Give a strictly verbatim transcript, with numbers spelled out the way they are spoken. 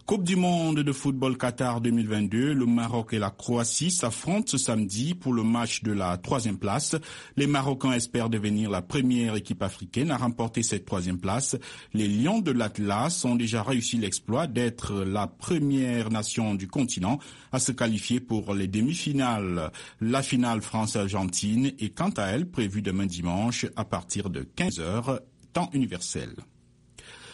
Coupe du monde de football Qatar deux mille vingt-deux, le Maroc et la Croatie s'affrontent ce samedi pour le match de la troisième place. Les Marocains espèrent devenir la première équipe africaine à remporter cette troisième place. Les Lions de l'Atlas ont déjà réussi l'exploit d'être la première nation du continent à se qualifier pour les demi-finales. La finale France-Argentine est quant à elle prévue demain dimanche à partir de quinze heures, temps universel.